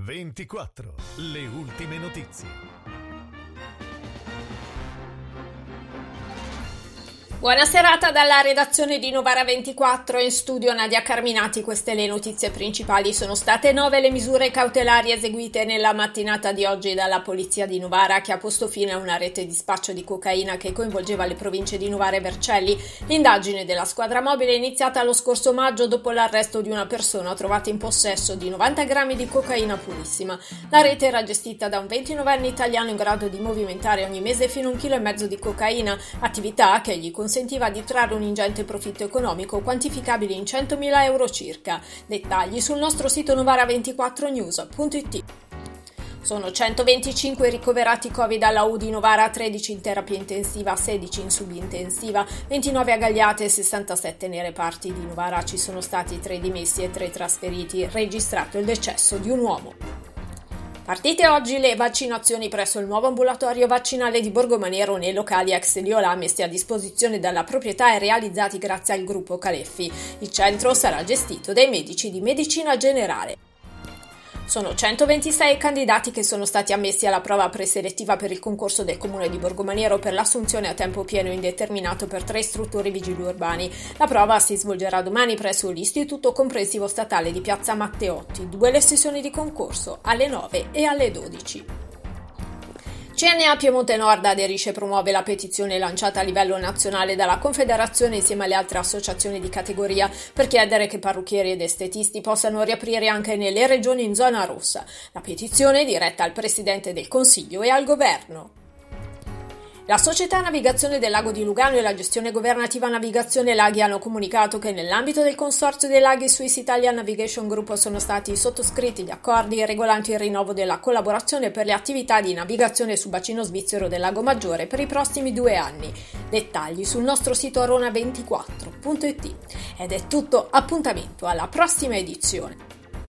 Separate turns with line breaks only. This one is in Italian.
24. Le ultime notizie.
Buona serata dalla redazione di Novara 24, in studio Nadia Carminati. Queste le notizie principali. Sono state 9 le misure cautelari eseguite nella mattinata di oggi dalla polizia di Novara, che ha posto fine a una rete di spaccio di cocaina che coinvolgeva le province di Novara e Vercelli. L'indagine della squadra mobile è iniziata lo scorso maggio dopo l'arresto di una persona trovata in possesso di 90 grammi di cocaina purissima. La rete era gestita da un 29enne italiano in grado di movimentare ogni mese fino a 1,5 kg di cocaina, attività che gli consentiva di trarre un ingente profitto economico quantificabile in 100.000 euro circa. Dettagli sul nostro sito novara24news.it. Sono 125 ricoverati Covid alla U di Novara, 13 in terapia intensiva, 16 in subintensiva, 29 a Gagliate e 67 nei reparti di Novara. Ci sono stati 3 dimessi e 3 trasferiti, registrato il decesso di un uomo. Partite oggi le vaccinazioni presso il nuovo ambulatorio vaccinale di Borgomaniero nei locali ex Liola messi a disposizione dalla proprietà e realizzati grazie al gruppo Caleffi. Il centro sarà gestito dai medici di medicina generale. Sono 126 candidati che sono stati ammessi alla prova preselettiva per il concorso del Comune di Borgomaniero per l'assunzione a tempo pieno indeterminato per 3 istruttori vigili urbani. La prova si svolgerà domani presso l'Istituto Comprensivo Statale di Piazza Matteotti. 2 le sessioni di concorso, alle 9 e alle 12. CNA Piemonte Nord aderisce e promuove la petizione lanciata a livello nazionale dalla Confederazione insieme alle altre associazioni di categoria per chiedere che parrucchieri ed estetisti possano riaprire anche nelle regioni in zona rossa. La petizione è diretta al Presidente del Consiglio e al Governo. La Società Navigazione del Lago di Lugano e la Gestione Governativa Navigazione Laghi hanno comunicato che nell'ambito del Consorzio dei Laghi Swiss Italian Navigation Group sono stati sottoscritti gli accordi regolanti il rinnovo della collaborazione per le attività di navigazione sul bacino svizzero del Lago Maggiore per i prossimi 2 anni. Dettagli sul nostro sito arona24.it. Ed è tutto, appuntamento alla prossima edizione.